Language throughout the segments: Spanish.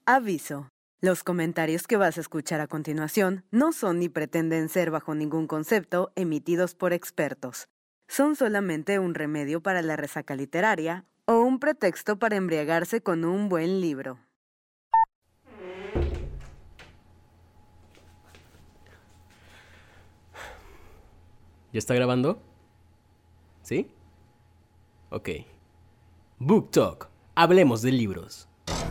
Aviso. Los comentarios que vas a escuchar a continuación no son ni pretenden ser bajo ningún concepto emitidos por expertos. Son solamente un remedio para la resaca literaria o un pretexto para embriagarse con un buen libro. ¿Ya está grabando? ¿Sí? Ok. Book Talk. Hablemos de libros.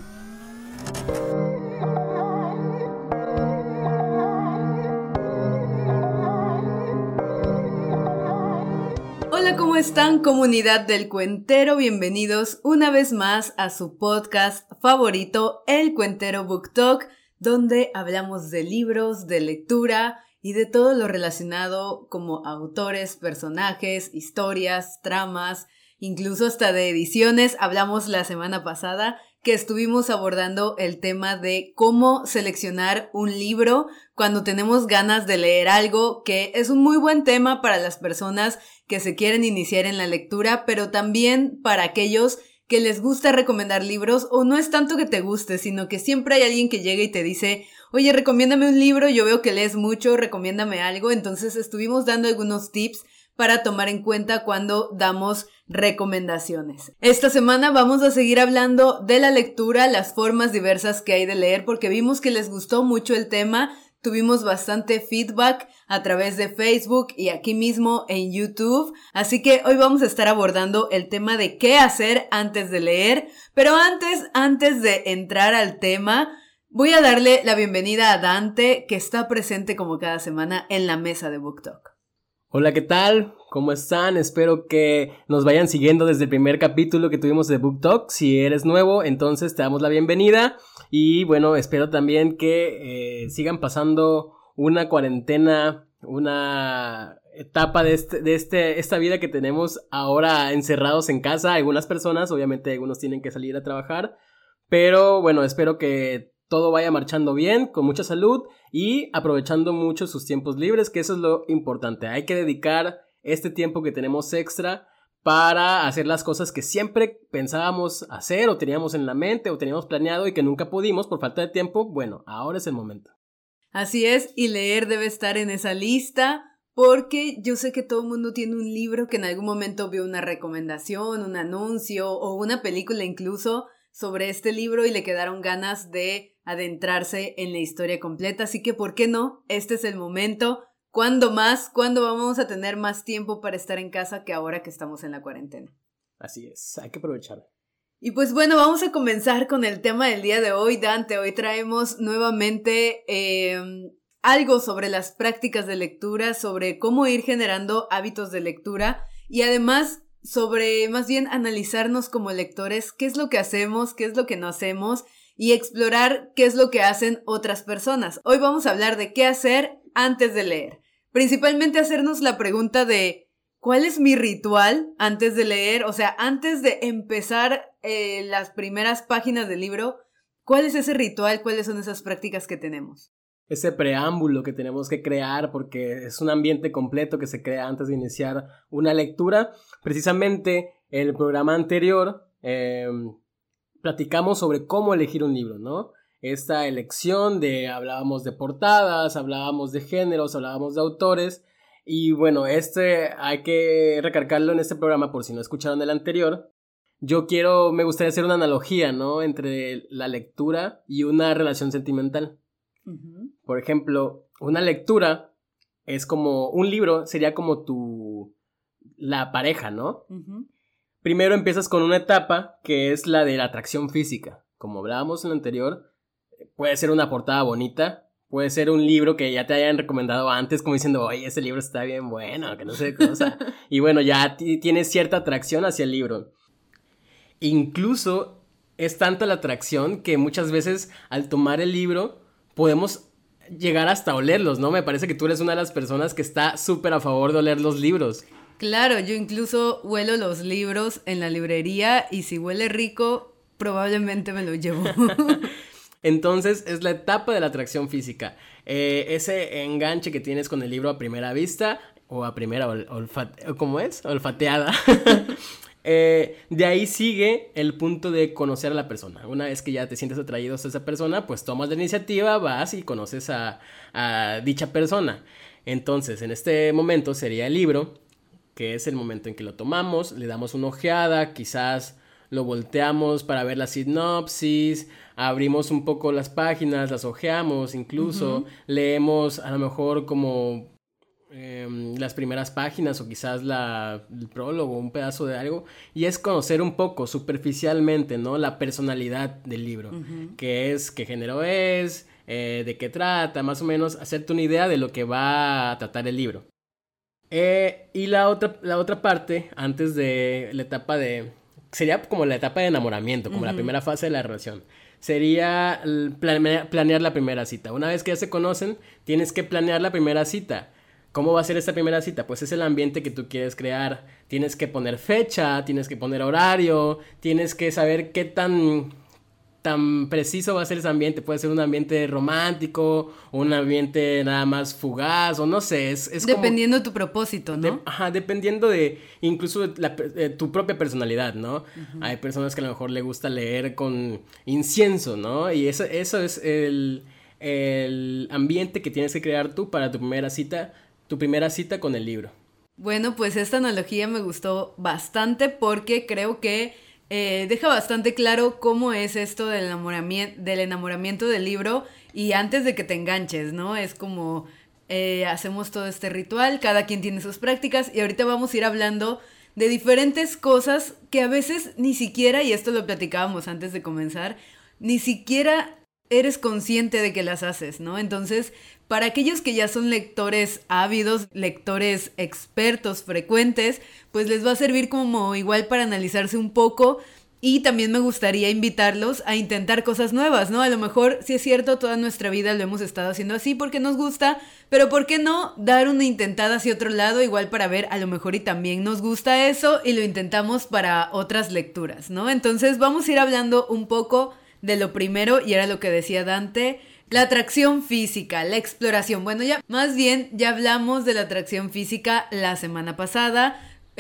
Hola, ¿cómo están, comunidad del Cuentero? Bienvenidos una vez más a su podcast favorito, El Cuentero Book Talk, donde hablamos de libros, de lectura y de todo lo relacionado como autores, personajes, historias, tramas, incluso hasta de ediciones. Hablamos la semana pasada que estuvimos abordando el tema de cómo seleccionar un libro cuando tenemos ganas de leer algo, que es un muy buen tema para las personas que se quieren iniciar en la lectura, pero también para aquellos que les gusta recomendar libros, o no es tanto que te guste, sino que siempre hay alguien que llega y te dice: oye, recomiéndame un libro, yo veo que lees mucho, recomiéndame algo. Entonces estuvimos dando algunos tips para tomar en cuenta cuando damos recomendaciones. Esta semana vamos a seguir hablando de la lectura, las formas diversas que hay de leer, porque vimos que les gustó mucho el tema. Tuvimos bastante feedback a través de Facebook y aquí mismo en YouTube. Así que hoy vamos a estar abordando el tema de qué hacer antes de leer. Pero antes de entrar al tema, voy a darle la bienvenida a Dante, que está presente como cada semana en la mesa de Book Talk. Hola, ¿qué tal? ¿Cómo están? Espero que nos vayan siguiendo desde el primer capítulo que tuvimos de Book Talk. Si eres nuevo, entonces te damos la bienvenida. Y bueno, espero también que sigan pasando una cuarentena, una etapa de esta vida que tenemos ahora encerrados en casa. Algunas personas, obviamente algunos tienen que salir a trabajar. Pero bueno, espero que todo vaya marchando bien, con mucha salud y aprovechando mucho sus tiempos libres, que eso es lo importante. Hay que dedicar este tiempo que tenemos extra para hacer las cosas que siempre pensábamos hacer o teníamos en la mente o teníamos planeado y que nunca pudimos por falta de tiempo. Bueno, ahora es el momento. Así es, y leer debe estar en esa lista, porque yo sé que todo el mundo tiene un libro que en algún momento vio una recomendación, un anuncio o una película incluso sobre este libro y le quedaron ganas de adentrarse en la historia completa. Así que, ¿por qué no? Este es el momento. ¿Cuándo vamos a tener más tiempo para estar en casa que ahora que estamos en la cuarentena? Así es, hay que aprovechar. Y pues bueno, vamos a comenzar con el tema del día de hoy, Dante. Hoy traemos nuevamente algo sobre las prácticas de lectura, sobre cómo ir generando hábitos de lectura y además sobre más bien analizarnos como lectores, qué es lo que hacemos, qué es lo que no hacemos y explorar qué es lo que hacen otras personas. Hoy vamos a hablar de qué hacer antes de leer. Principalmente hacernos la pregunta de ¿cuál es mi ritual antes de leer? O sea, antes de empezar las primeras páginas del libro, ¿cuál es ese ritual? ¿Cuáles son esas prácticas que tenemos? Ese preámbulo que tenemos que crear, porque es un ambiente completo que se crea antes de iniciar una lectura. Precisamente en el programa anterior platicamos sobre cómo elegir un libro, ¿no? Esta elección hablábamos de portadas, hablábamos de géneros, hablábamos de autores. Y bueno, hay que recargarlo en este programa por si no escucharon el anterior. Me gustaría hacer una analogía, ¿no? Entre la lectura y una relación sentimental. Uh-huh. Por ejemplo, una lectura es como un libro, sería como la pareja, ¿no? Uh-huh. Primero empiezas con una etapa que es la de la atracción física. Como hablábamos en lo anterior, puede ser una portada bonita, puede ser un libro que ya te hayan recomendado antes, como diciendo, oye, ese libro está bien bueno, que no sé qué cosa. Y bueno, ya tienes cierta atracción hacia el libro. Incluso es tanta la atracción que muchas veces al tomar el libro podemos llegar hasta olerlos, ¿no? Me parece que tú eres una de las personas que está súper a favor de oler los libros. Claro, yo incluso huelo los libros en la librería y si huele rico, probablemente me lo llevo. Entonces es la etapa de la atracción física. Ese enganche que tienes con el libro a primera vista o a primera ¿cómo es? Olfateada. De ahí sigue el punto de conocer a la persona. Una vez que ya te sientes atraído a esa persona, pues tomas la iniciativa, vas y conoces a dicha persona. Entonces, en este momento sería el libro, que es el momento en que lo tomamos, le damos una ojeada, quizás lo volteamos para ver la sinopsis, abrimos un poco las páginas, las ojeamos incluso, leemos a lo mejor como las primeras páginas o quizás el prólogo, un pedazo de algo, y es conocer un poco superficialmente, ¿no? La personalidad del libro, qué género es, de qué trata, más o menos hacerte una idea de lo que va a tratar el libro. Y la otra parte, antes de la etapa sería como la etapa de enamoramiento, como la primera fase de la relación. Sería planear la primera cita. Una vez que ya se conocen, tienes que planear la primera cita. ¿Cómo va a ser esta primera cita? Pues es el ambiente que tú quieres crear. Tienes que poner fecha, tienes que poner horario, tienes que saber qué tan preciso va a ser ese ambiente. Puede ser un ambiente romántico, o un ambiente nada más fugaz, o no sé, es dependiendo de tu propósito, ¿no? Dependiendo de incluso tu propia personalidad, ¿no? Hay personas que a lo mejor le gusta leer con incienso, ¿no? Y eso es el ambiente que tienes que crear tú para tu primera cita con el libro. Bueno, pues esta analogía me gustó bastante porque creo que deja bastante claro cómo es esto del enamoramiento del libro y antes de que te enganches, ¿no? Es como hacemos todo este ritual, cada quien tiene sus prácticas y ahorita vamos a ir hablando de diferentes cosas que a veces ni siquiera, y esto lo platicábamos antes de comenzar, ni siquiera eres consciente de que las haces, ¿no? Entonces, para aquellos que ya son lectores ávidos, lectores expertos, frecuentes, pues les va a servir como igual para analizarse un poco y también me gustaría invitarlos a intentar cosas nuevas, ¿no? A lo mejor, sí es cierto, toda nuestra vida lo hemos estado haciendo así porque nos gusta, pero ¿por qué no dar una intentada hacia otro lado igual para ver, a lo mejor y también nos gusta eso y lo intentamos para otras lecturas, ¿no? Entonces vamos a ir hablando un poco de lo primero, y era lo que decía Dante, la atracción física, la exploración. Bueno, ya hablamos de la atracción física la semana pasada.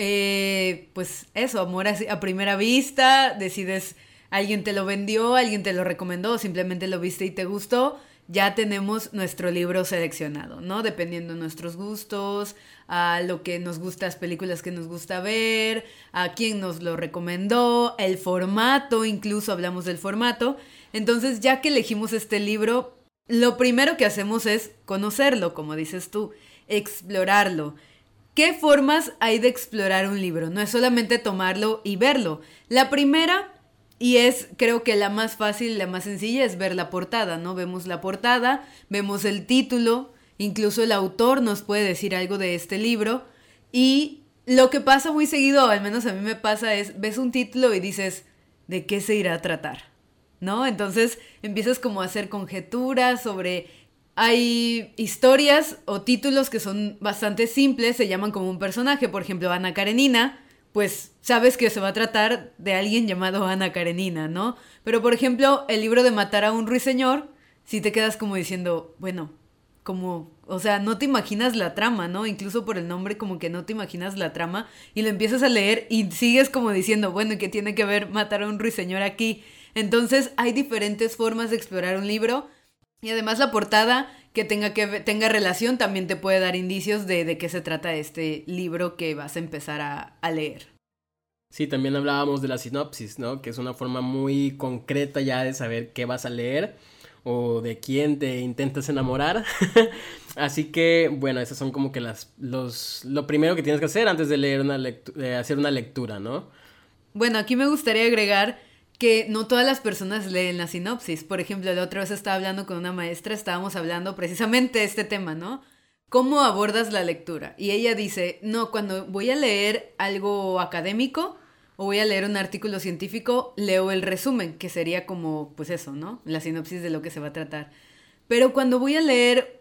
Pues eso, amor a primera vista, decides, alguien te lo vendió, alguien te lo recomendó, o simplemente lo viste y te gustó. Ya tenemos nuestro libro seleccionado, ¿no? Dependiendo de nuestros gustos, a lo que nos gusta, las películas que nos gusta ver, a quién nos lo recomendó, el formato, incluso hablamos del formato. Entonces, ya que elegimos este libro, lo primero que hacemos es conocerlo, como dices tú, explorarlo. ¿Qué formas hay de explorar un libro? No es solamente tomarlo y verlo. La primera, y es creo que la más fácil, la más sencilla, es ver la portada, ¿no? Vemos la portada, vemos el título, incluso el autor nos puede decir algo de este libro. Y lo que pasa muy seguido, al menos a mí me pasa, es ves un título y dices, ¿de qué se irá a tratar? ¿No? Entonces empiezas como a hacer conjeturas sobre... Hay historias o títulos que son bastante simples, se llaman como un personaje, por ejemplo, Ana Karenina, pues sabes que se va a tratar de alguien llamado Ana Karenina, ¿no? Pero, por ejemplo, el libro de Matar a un ruiseñor, si te quedas como diciendo, bueno, como, o sea, no te imaginas la trama, ¿no? Incluso por el nombre como que no te imaginas la trama y lo empiezas a leer y sigues como diciendo, bueno, ¿y qué tiene que ver Matar a un ruiseñor aquí? Entonces, hay diferentes formas de explorar un libro. Y además la portada que tenga relación también te puede dar indicios de qué se trata este libro que vas a empezar a leer. Sí, también hablábamos de la sinopsis, ¿no? Que es una forma muy concreta ya de saber qué vas a leer o de quién te intentas enamorar. Así que, bueno, esas son como que lo primero que tienes que hacer antes de leer hacer una lectura, ¿no? Bueno, aquí me gustaría agregar que no todas las personas leen la sinopsis. Por ejemplo, la otra vez estaba hablando con una maestra, estábamos hablando precisamente de este tema, ¿no? ¿Cómo abordas la lectura? Y ella dice, no, cuando voy a leer algo académico o voy a leer un artículo científico, leo el resumen, que sería como, pues eso, ¿no? La sinopsis de lo que se va a tratar. Pero cuando voy a leer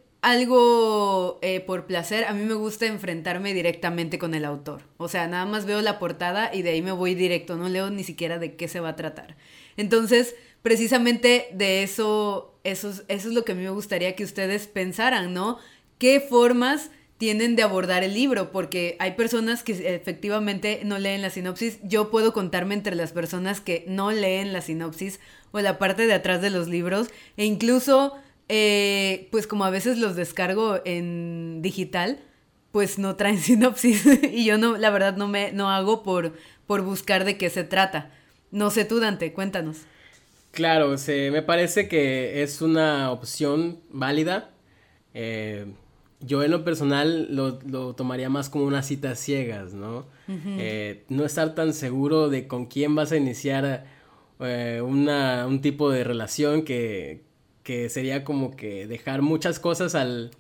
algo por placer, a mí me gusta enfrentarme directamente con el autor. O sea, nada más veo la portada y de ahí me voy directo, no leo ni siquiera de qué se va a tratar. Entonces, precisamente de eso es lo que a mí me gustaría que ustedes pensaran, ¿no? ¿Qué formas tienen de abordar el libro, porque hay personas que efectivamente no leen la sinopsis. Yo puedo contarme entre las personas que no leen la sinopsis o la parte de atrás de los libros, e incluso, pues como a veces los descargo en digital, pues no traen sinopsis y yo no, la verdad no hago por buscar de qué se trata. No sé tú, Dante, cuéntanos. Claro, me parece que es una opción válida. Yo en lo personal lo tomaría más como unas citas ciegas, ¿no? No estar tan seguro de con quién vas a iniciar un tipo de relación que sería como que dejar muchas cosas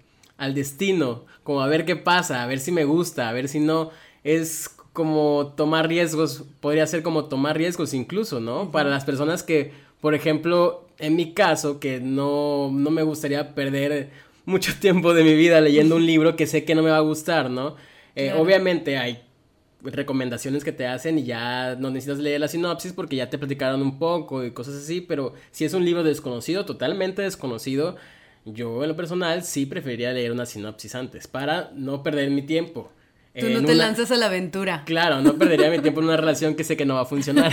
al destino, como a ver qué pasa, a ver si me gusta, a ver si no. Es como tomar riesgos, podría ser como tomar riesgos incluso, ¿no? Para las personas que, por ejemplo, en mi caso, que no me gustaría perder mucho tiempo de mi vida leyendo un libro que sé que no me va a gustar, ¿no? Claro. Obviamente hay recomendaciones que te hacen y ya no necesitas leer la sinopsis porque ya te platicaron un poco y cosas así, pero si es un libro desconocido, totalmente desconocido, yo en lo personal sí preferiría leer una sinopsis antes para no perder mi tiempo. Tú no te lanzas a la aventura. Claro, no perdería mi tiempo en una relación que sé que no va a funcionar.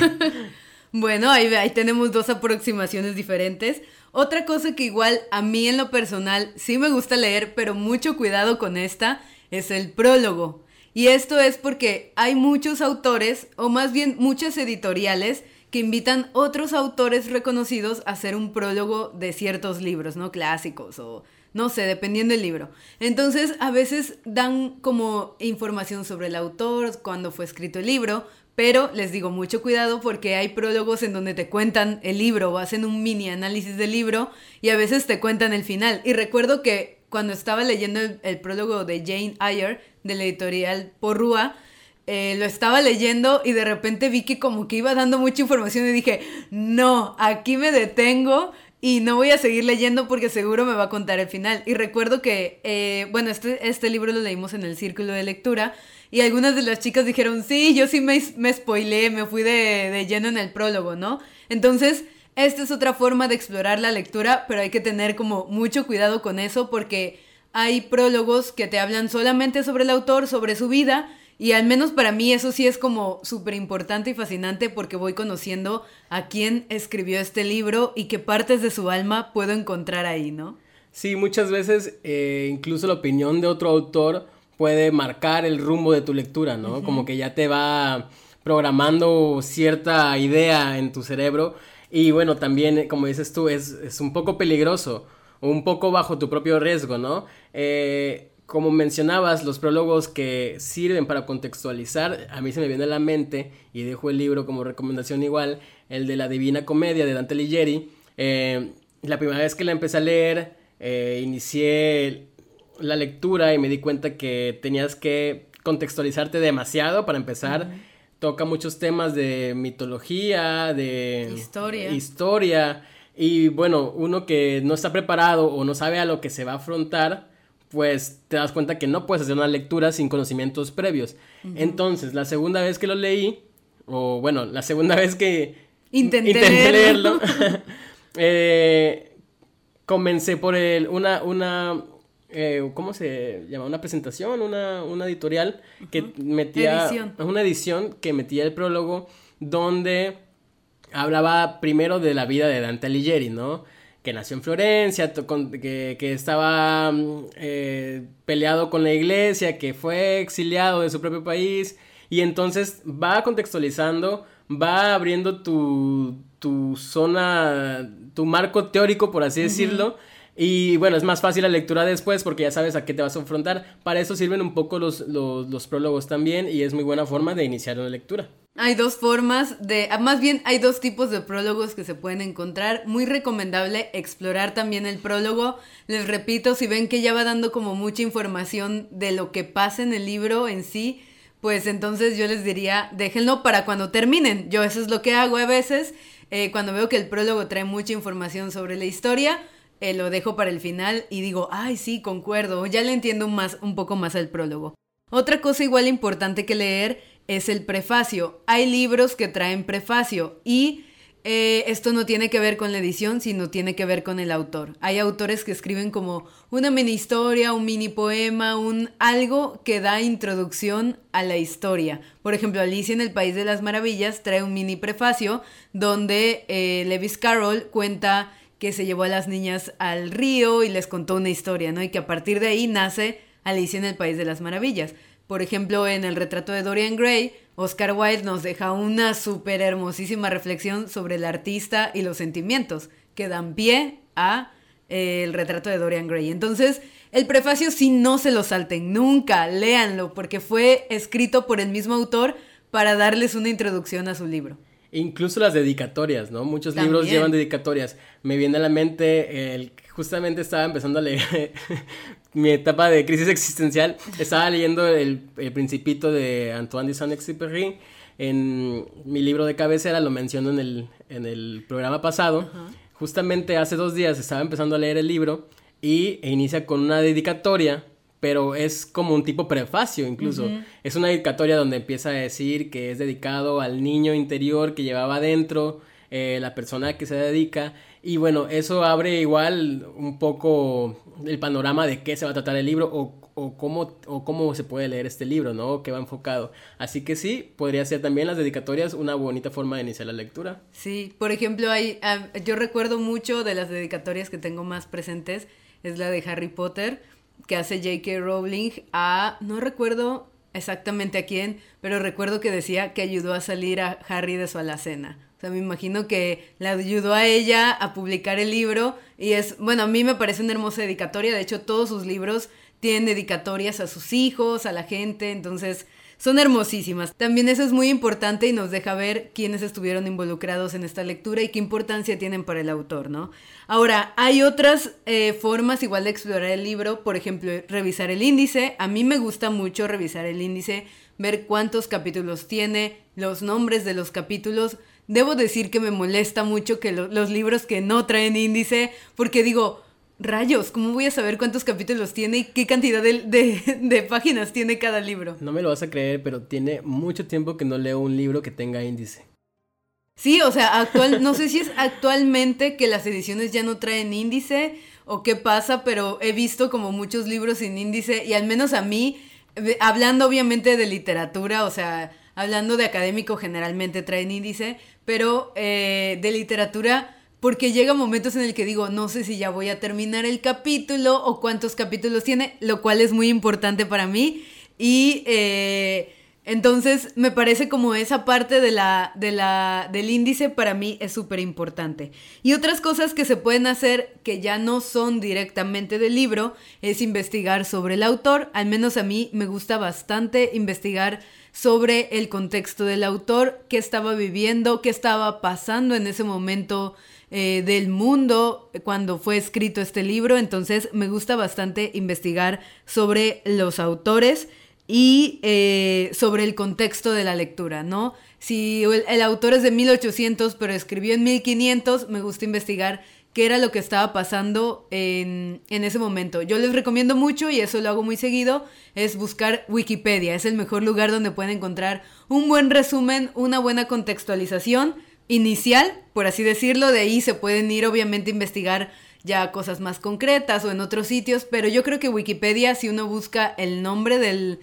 Bueno, ahí tenemos dos aproximaciones diferentes. Otra cosa que igual a mí en lo personal sí me gusta leer, pero mucho cuidado con esta, es el prólogo. Y esto es porque hay muchos autores, o más bien muchas editoriales, que invitan otros autores reconocidos a hacer un prólogo de ciertos libros, ¿no? Clásicos o no sé, dependiendo del libro. Entonces, a veces dan como información sobre el autor, cuándo fue escrito el libro, pero les digo mucho cuidado porque hay prólogos en donde te cuentan el libro o hacen un mini análisis del libro y a veces te cuentan el final. Y recuerdo que cuando estaba leyendo el prólogo de Jane Eyre, de la editorial Porrúa, lo estaba leyendo y de repente vi que como que iba dando mucha información y dije, no, aquí me detengo y no voy a seguir leyendo porque seguro me va a contar el final. Y recuerdo que, bueno, este libro lo leímos en el círculo de lectura y algunas de las chicas dijeron, sí, yo sí me spoileé, me fui de lleno en el prólogo, ¿no? Entonces, esta es otra forma de explorar la lectura, pero hay que tener como mucho cuidado con eso porque hay prólogos que te hablan solamente sobre el autor, sobre su vida. Y al menos para mí eso sí es como súper importante y fascinante porque voy conociendo a quién escribió este libro y qué partes de su alma puedo encontrar ahí, ¿no? Sí, muchas veces incluso la opinión de otro autor puede marcar el rumbo de tu lectura, ¿no? Uh-huh. Como que ya te va programando cierta idea en tu cerebro y bueno, también, como dices tú, es un poco peligroso, un poco bajo tu propio riesgo, ¿no? Como mencionabas, los prólogos que sirven para contextualizar, a mí se me viene a la mente, y dejo el libro como recomendación igual, el de la Divina Comedia de Dante Alighieri. La primera vez que la empecé a leer, inicié la lectura y me di cuenta que tenías que contextualizarte demasiado para empezar. Uh-huh. Toca muchos temas de mitología, de historia, y bueno, uno que no está preparado o no sabe a lo que se va a afrontar, pues te das cuenta que no puedes hacer una lectura sin conocimientos previos. Uh-huh. Entonces, la segunda vez que lo leí, o bueno, la segunda vez que intenté leerlo, comencé por ¿cómo se llama? Una presentación, una editorial que metía... Una edición que metía el prólogo donde hablaba primero de la vida de Dante Alighieri, ¿no? Que nació en Florencia, que estaba peleado con la iglesia, que fue exiliado de su propio país, y entonces va contextualizando, va abriendo tu zona, tu marco teórico, por así decirlo, y bueno, es más fácil la lectura después porque ya sabes a qué te vas a confrontar. Para eso sirven un poco los prólogos también, y es muy buena forma de iniciar una lectura. Hay dos formas más bien hay dos tipos de prólogos que se pueden encontrar. Muy recomendable explorar también el prólogo. Les repito, si ven que ya va dando como mucha información de lo que pasa en el libro en sí, pues entonces yo les diría, déjenlo para cuando terminen. Yo eso es lo que hago a veces. Cuando veo que el prólogo trae mucha información sobre la historia, lo dejo para el final y digo, ay sí, concuerdo, ya le entiendo un poco más al prólogo. Otra cosa igual importante que leer es el prefacio. Hay libros que traen prefacio y esto no tiene que ver con la edición, sino tiene que ver con el autor. Hay autores que escriben como una mini historia, un mini poema, algo que da introducción a la historia. Por ejemplo, Alicia en el País de las Maravillas trae un mini prefacio donde Lewis Carroll cuenta que se llevó a las niñas al río y les contó una historia, ¿no? Y que a partir de ahí nace Alicia en el País de las Maravillas. Por ejemplo, en el retrato de Dorian Gray, Oscar Wilde nos deja una súper hermosísima reflexión sobre el artista y los sentimientos que dan pie a el retrato de Dorian Gray. Entonces, el prefacio sí no se lo salten, nunca, léanlo, porque fue escrito por el mismo autor para darles una introducción a su libro. Incluso las dedicatorias, ¿no? Muchos También. libros llevan dedicatorias. Me viene a la mente, justamente estaba empezando a leer mi etapa de crisis existencial. Estaba leyendo el Principito de Antoine de Saint-Exupéry. En mi libro de cabecera, lo menciono en el programa pasado. Uh-huh. Justamente hace 2 días estaba empezando a leer el libro e inicia con una dedicatoria, pero es como un tipo prefacio incluso. Uh-huh. Es una dedicatoria donde empieza a decir que es dedicado al niño interior que llevaba dentro, la persona que se dedica. Y bueno, eso abre igual un poco el panorama de qué se va a tratar el libro o cómo se puede leer este libro, ¿no? ¿Qué va enfocado? Así que sí, podría ser también las dedicatorias una bonita forma de iniciar la lectura. Sí, por ejemplo, yo recuerdo mucho de las dedicatorias que tengo más presentes, es la de Harry Potter, que hace J.K. Rowling no recuerdo exactamente a quién, pero recuerdo que decía que ayudó a salir a Harry de su alacena. O sea, me imagino que le ayudó a ella a publicar el libro y a mí me parece una hermosa dedicatoria. De hecho, todos sus libros tienen dedicatorias a sus hijos, a la gente, entonces son hermosísimas. También eso es muy importante y nos deja ver quiénes estuvieron involucrados en esta lectura y qué importancia tienen para el autor, ¿no? Ahora, hay otras formas igual de explorar el libro, por ejemplo, revisar el índice. A mí me gusta mucho revisar el índice, ver cuántos capítulos tiene, los nombres de los capítulos. Debo decir que me molesta mucho que los libros que no traen índice, porque digo, rayos, ¿cómo voy a saber cuántos capítulos tiene y qué cantidad de páginas tiene cada libro? No me lo vas a creer, pero tiene mucho tiempo que no leo un libro que tenga índice. Sí, o sea, no sé si es actualmente que las ediciones ya no traen índice o qué pasa, pero he visto como muchos libros sin índice y al menos a mí, hablando obviamente de literatura, o sea, hablando de académico generalmente traen índice, pero de literatura, porque llega momentos en el que digo, no sé si ya voy a terminar el capítulo o cuántos capítulos tiene, lo cual es muy importante para mí y entonces me parece como esa parte del índice para mí es súper importante. Y otras cosas que se pueden hacer que ya no son directamente del libro es investigar sobre el autor. Al menos a mí me gusta bastante investigar sobre el contexto del autor, qué estaba viviendo, qué estaba pasando en ese momento del mundo cuando fue escrito este libro. Entonces me gusta bastante investigar sobre los autores y sobre el contexto de la lectura, ¿no? Si el autor es de 1800 pero escribió en 1500, me gusta investigar qué era lo que estaba pasando en ese momento. Yo les recomiendo mucho, y eso lo hago muy seguido, es buscar Wikipedia. Es el mejor lugar donde pueden encontrar un buen resumen, una buena contextualización inicial, por así decirlo. De ahí se pueden ir obviamente a investigar ya cosas más concretas o en otros sitios, pero yo creo que Wikipedia, si uno busca el nombre del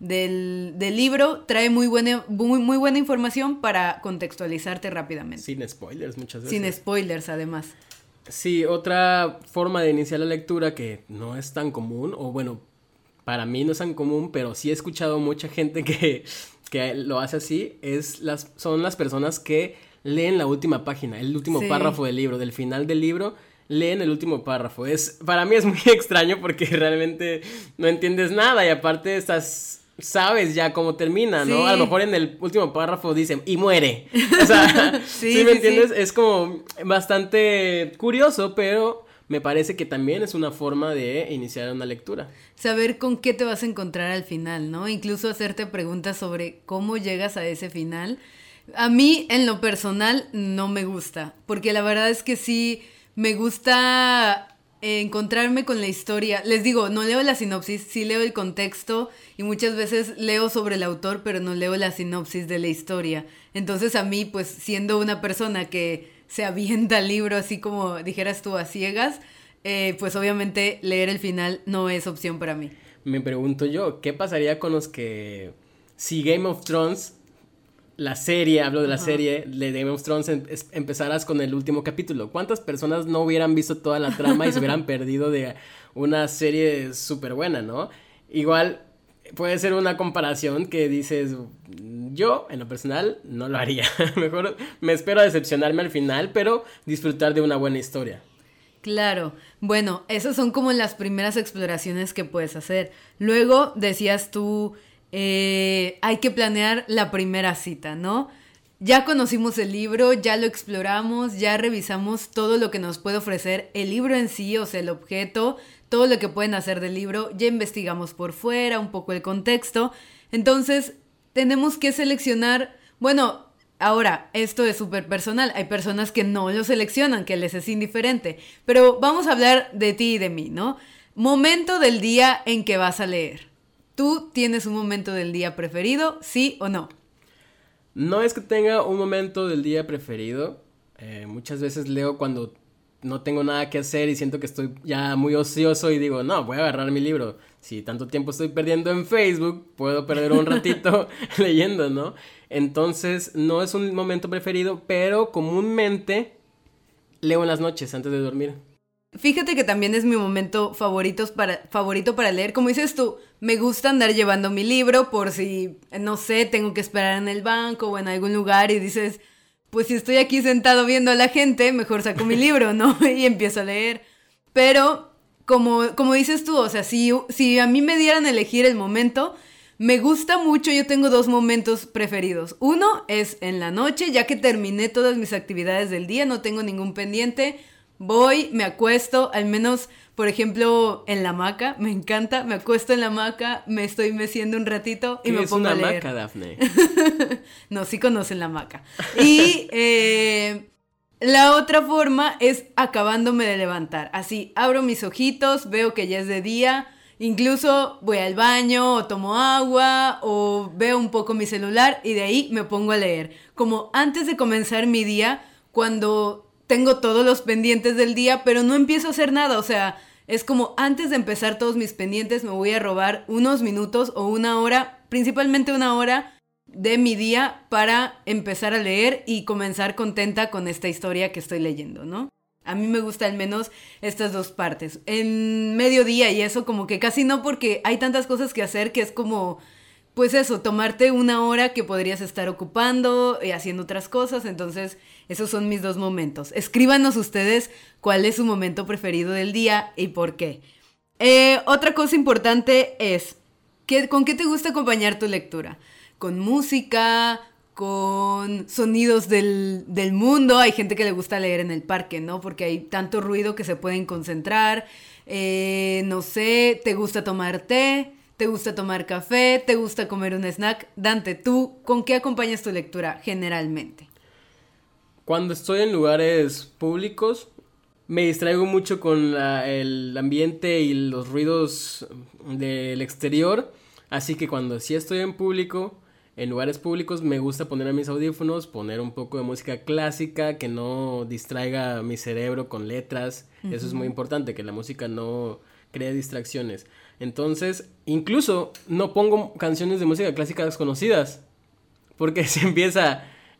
libro, trae muy buena información para contextualizarte rápidamente. Sin spoilers muchas veces. Sin spoilers, además. Sí, otra forma de iniciar la lectura que no es tan común, o bueno, para mí no es tan común, pero sí he escuchado mucha gente que lo hace así, son las personas que leen la última página, el último párrafo del libro, del final del libro, leen el último párrafo. Para mí es muy extraño porque realmente no entiendes nada y aparte sabes ya cómo termina, ¿no? Sí. A lo mejor en el último párrafo dicen, y muere. O sea, ¿sí me entiendes? Sí. Es como bastante curioso, pero me parece que también es una forma de iniciar una lectura. Saber con qué te vas a encontrar al final, ¿no? Incluso hacerte preguntas sobre cómo llegas a ese final. A mí, en lo personal, no me gusta, porque la verdad es que sí me gusta encontrarme con la historia. Les digo, no leo la sinopsis, sí leo el contexto y muchas veces leo sobre el autor, pero no leo la sinopsis de la historia. Entonces a mí, pues siendo una persona que se avienta el libro así como dijeras tú a ciegas, pues obviamente leer el final no es opción para mí. Me pregunto yo, ¿qué pasaría con los que, si Game of Thrones, la serie, hablo de la serie de Game of Thrones, empezaras con el último capítulo? ¿Cuántas personas no hubieran visto toda la trama y se hubieran perdido de una serie súper buena, ¿no? Igual puede ser una comparación que dices, yo en lo personal no lo haría. Mejor me espero a decepcionarme al final, pero disfrutar de una buena historia. Claro, bueno, esas son como las primeras exploraciones que puedes hacer. Luego decías tú, hay que planear la primera cita, ¿no? Ya conocimos el libro, ya lo exploramos, ya revisamos todo lo que nos puede ofrecer el libro en sí, o sea, el objeto, todo lo que pueden hacer del libro, ya investigamos por fuera un poco el contexto. Entonces, tenemos que seleccionar, bueno, ahora, esto es súper personal, hay personas que no lo seleccionan, que les es indiferente, pero vamos a hablar de ti y de mí, ¿no? Momento del día en que vas a leer. ¿Tú tienes un momento del día preferido, sí o no? No es que tenga un momento del día preferido, muchas veces leo cuando no tengo nada que hacer y siento que estoy ya muy ocioso y digo, no, voy a agarrar mi libro. Si tanto tiempo estoy perdiendo en Facebook, puedo perder un ratito leyendo, ¿no? Entonces, no es un momento preferido, pero comúnmente leo en las noches antes de dormir. Fíjate que también es mi momento favorito para leer. Como dices tú, me gusta andar llevando mi libro por si, no sé, tengo que esperar en el banco o en algún lugar y dices, pues si estoy aquí sentado viendo a la gente, mejor saco mi libro, ¿no? Y empiezo a leer. Pero, como dices tú, o sea, si a mí me dieran a elegir el momento, me gusta mucho, yo tengo 2 momentos preferidos. Uno es en la noche, ya que terminé todas mis actividades del día, no tengo ningún pendiente. Voy, me acuesto, al menos, por ejemplo, en la hamaca, me encanta, me acuesto en la hamaca, me estoy meciendo un ratito y me pongo a leer. ¿Qué es una hamaca, Dafne? No, sí conocen la hamaca. Y la otra forma es acabándome de levantar. Así, abro mis ojitos, veo que ya es de día, incluso voy al baño o tomo agua o veo un poco mi celular y de ahí me pongo a leer. Como antes de comenzar mi día, cuando tengo todos los pendientes del día, pero no empiezo a hacer nada, o sea, es como antes de empezar todos mis pendientes me voy a robar unos minutos o una hora, principalmente una hora de mi día para empezar a leer y comenzar contenta con esta historia que estoy leyendo, ¿no? A mí me gusta al menos estas 2 partes. En mediodía y eso como que casi no, porque hay tantas cosas que hacer que es como, pues eso, tomarte una hora que podrías estar ocupando y haciendo otras cosas. Entonces, esos son mis 2 momentos. Escríbanos ustedes cuál es su momento preferido del día y por qué. Otra cosa importante es, ¿con qué te gusta acompañar tu lectura? ¿Con música? ¿Con sonidos del mundo? Hay gente que le gusta leer en el parque, ¿no? Porque hay tanto ruido que se pueden concentrar. No sé, ¿te gusta tomar té? ¿Te gusta tomar café? ¿Te gusta comer un snack? Dante, ¿tú con qué acompañas tu lectura generalmente? Cuando estoy en lugares públicos, me distraigo mucho con el ambiente y los ruidos del exterior. Así que cuando sí estoy en público, en lugares públicos, me gusta poner a mis audífonos, poner un poco de música clásica que no distraiga mi cerebro con letras. Eso es muy importante, que la música no cree distracciones. Entonces, incluso no pongo canciones de música clásica desconocidas, porque si empieza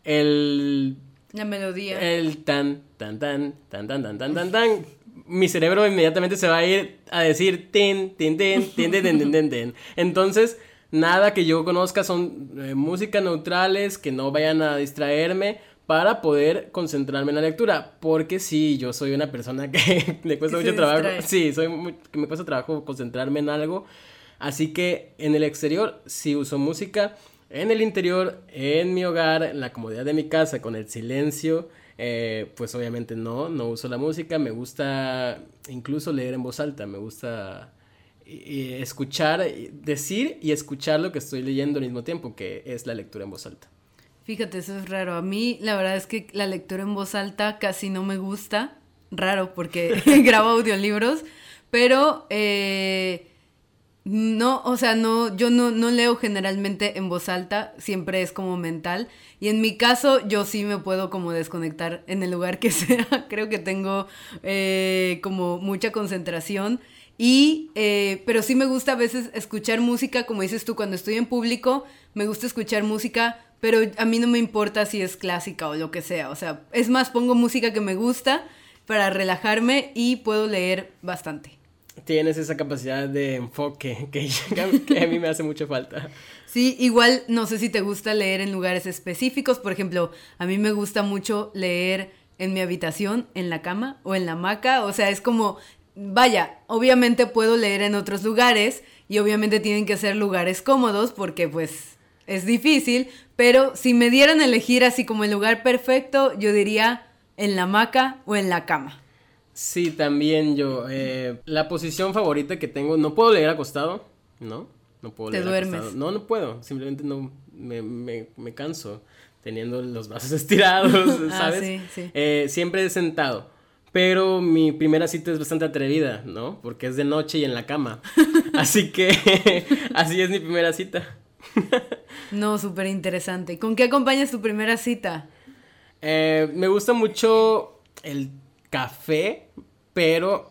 la melodía, el tan, tan, tan, tan, tan, tan, tan, tan, tan, mi cerebro inmediatamente se va a ir a decir tin, tin, tin, tin, tin, tin, tin, tin, tin. Entonces, nada que yo conozca son música neutrales que no vayan a distraerme para poder concentrarme en la lectura, porque sí, yo soy una persona que me cuesta mucho trabajo, sí, que me cuesta trabajo concentrarme en algo, así que en el exterior sí uso música, en el interior, en mi hogar, en la comodidad de mi casa, con el silencio, pues obviamente no uso la música, me gusta incluso leer en voz alta, me gusta escuchar, decir y escuchar lo que estoy leyendo al mismo tiempo, que es la lectura en voz alta. Fíjate, eso es raro. A mí la verdad es que la lectura en voz alta casi no me gusta. Raro porque grabo audiolibros. Pero No, o sea, no, yo no leo generalmente en voz alta, siempre es como mental. Y en mi caso, yo sí me puedo como desconectar en el lugar que sea. Creo que tengo como mucha concentración. Pero sí me gusta a veces escuchar música, como dices tú, cuando estoy en público, me gusta escuchar música, pero a mí no me importa si es clásica o lo que sea. O sea, es más, pongo música que me gusta para relajarme y puedo leer bastante. Tienes esa capacidad de enfoque que a mí me hace mucha falta. Sí, igual no sé si te gusta leer en lugares específicos. Por ejemplo, a mí me gusta mucho leer en mi habitación, en la cama o en la hamaca. O sea, es como, vaya, obviamente puedo leer en otros lugares y obviamente tienen que ser lugares cómodos porque pues es difícil. Pero si me dieran a elegir así como el lugar perfecto, yo diría en la hamaca o en la cama. Sí, también yo. La posición favorita que tengo, no puedo leer acostado, ¿no? No puedo Te leer duermes. acostado. No puedo, simplemente no, me canso teniendo los brazos estirados, ¿sabes? Sí. Siempre he sentado, pero mi primera cita es bastante atrevida, ¿no? Porque es de noche y en la cama. Así que así es mi primera cita. No, súper interesante. ¿Con qué acompañas tu primera cita? Me gusta mucho el café, pero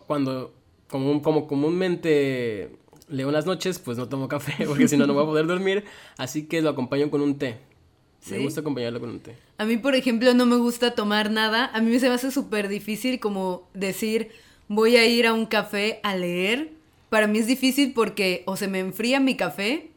como comúnmente leo en las noches, pues no tomo café, porque si no, no voy a poder dormir, así que lo acompaño con un té. ¿Sí? Me gusta acompañarlo con un té. A mí, por ejemplo, no me gusta tomar nada. A mí se me hace súper difícil como decir, voy a ir a un café a leer. Para mí es difícil porque o se me enfría mi café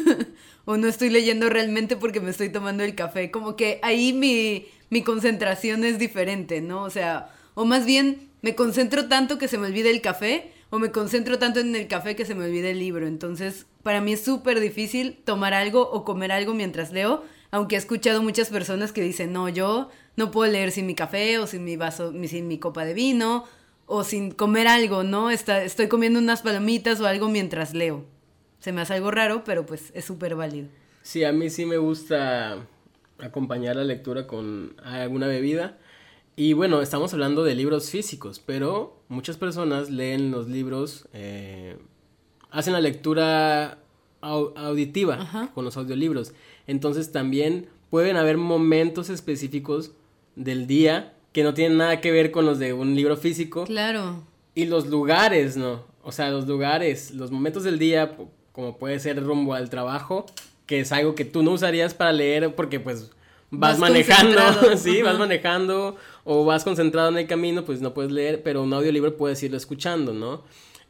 o no estoy leyendo realmente porque me estoy tomando el café. Como que ahí mi concentración es diferente, ¿no? O sea, o más bien me concentro tanto que se me olvida el café o me concentro tanto en el café que se me olvida el libro. Entonces, para mí es súper difícil tomar algo o comer algo mientras leo, aunque he escuchado muchas personas que dicen, no, yo no puedo leer sin mi café o sin mi vaso, sin mi copa de vino o sin comer algo, ¿no? Estoy comiendo unas palomitas o algo mientras leo. Se me hace algo raro, pero pues es súper válido. Sí, a mí sí me gusta acompañar la lectura con alguna bebida. Y bueno, estamos hablando de libros físicos, pero muchas personas leen los libros, hacen la lectura auditiva. Ajá. Con los audiolibros. Entonces también pueden haber momentos específicos del día que no tienen nada que ver con los de un libro físico. Claro. Y los lugares, ¿no? O sea, los lugares, los momentos del día, como puede ser rumbo al trabajo, que es algo que tú no usarías para leer porque pues vas manejando, sí, uh-huh. Vas manejando o vas concentrado en el camino, pues no puedes leer, pero un audiolibro puedes irlo escuchando, ¿no?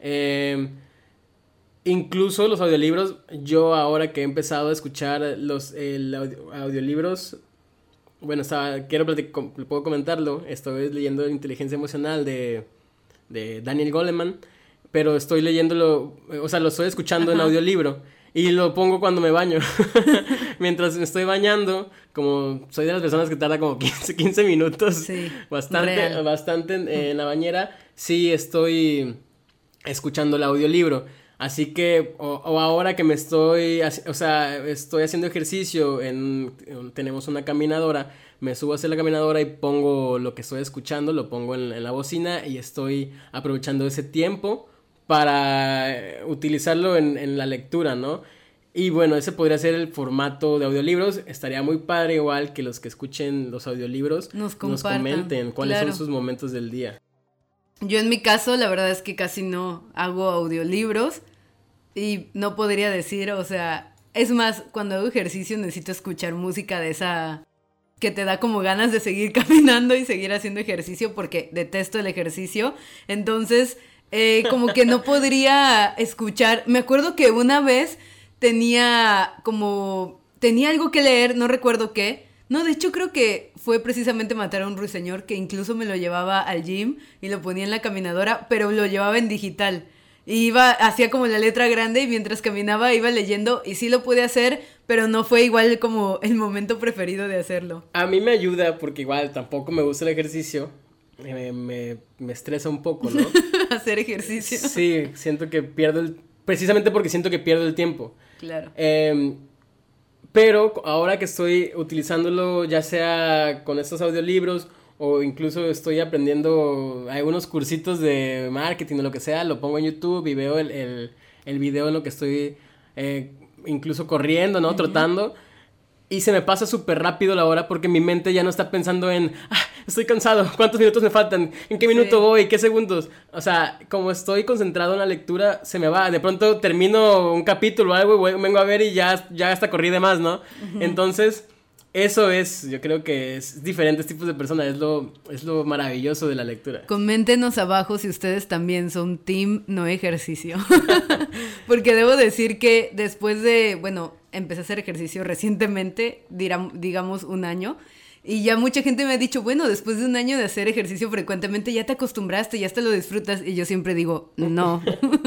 Incluso los audiolibros, yo ahora que he empezado a escuchar audiolibros, bueno, puedo comentarlo, estoy leyendo Inteligencia Emocional de Daniel Goleman, pero estoy leyéndolo, o sea, lo estoy escuchando, ajá, en audiolibro. Y lo pongo cuando me baño. Mientras me estoy bañando, como soy de las personas que tarda como 15 minutos, sí, bastante en la bañera, sí estoy escuchando el audiolibro. Así que, o ahora que estoy haciendo ejercicio, tenemos una caminadora, me subo a hacer la caminadora y pongo lo que estoy escuchando, lo pongo en la bocina y estoy aprovechando ese tiempo para utilizarlo en la lectura, ¿no? Y bueno, ese podría ser el formato de audiolibros. Estaría muy padre igual que los que escuchen los audiolibros nos comenten cuáles son sus momentos del día. Yo en mi caso, la verdad es que casi no hago audiolibros y no podría decir, o sea, es más, cuando hago ejercicio necesito escuchar música de esa que te da como ganas de seguir caminando y seguir haciendo ejercicio porque detesto el ejercicio. Entonces como que no podría escuchar. Me acuerdo que una vez tenía algo que leer, no recuerdo qué. No, de hecho creo que fue precisamente Matar a un ruiseñor, que incluso me lo llevaba al gym y lo ponía en la caminadora, pero lo llevaba en digital. Y hacía como la letra grande y mientras caminaba iba leyendo y sí lo pude hacer, pero no fue igual como el momento preferido de hacerlo. A mí me ayuda porque igual tampoco me gusta el ejercicio. Me estresa un poco, ¿no? Hacer ejercicio. Sí, siento que precisamente porque siento que pierdo el tiempo. Claro. Pero ahora que estoy utilizándolo, ya sea con estos audiolibros o incluso estoy aprendiendo algunos cursitos de marketing o lo que sea, lo pongo en YouTube y veo el video en lo que estoy incluso corriendo, ¿no? Trotando. Y se me pasa súper rápido la hora porque mi mente ya no está pensando en, estoy cansado, ¿cuántos minutos me faltan? ¿En qué minuto voy? ¿Qué segundos? O sea, como estoy concentrado en la lectura, se me va. De pronto termino un capítulo o algo y vengo a ver y ya hasta corrí de más, ¿no? Entonces, eso es, yo creo que es diferentes tipos de personas, es lo maravilloso de la lectura. Coméntenos abajo si ustedes también son team no ejercicio. Porque debo decir que después de, empecé a hacer ejercicio recientemente, digamos 1 año, y ya mucha gente me ha dicho, después de 1 año de hacer ejercicio frecuentemente, ya te acostumbraste, ya hasta lo disfrutas, y yo siempre digo, no,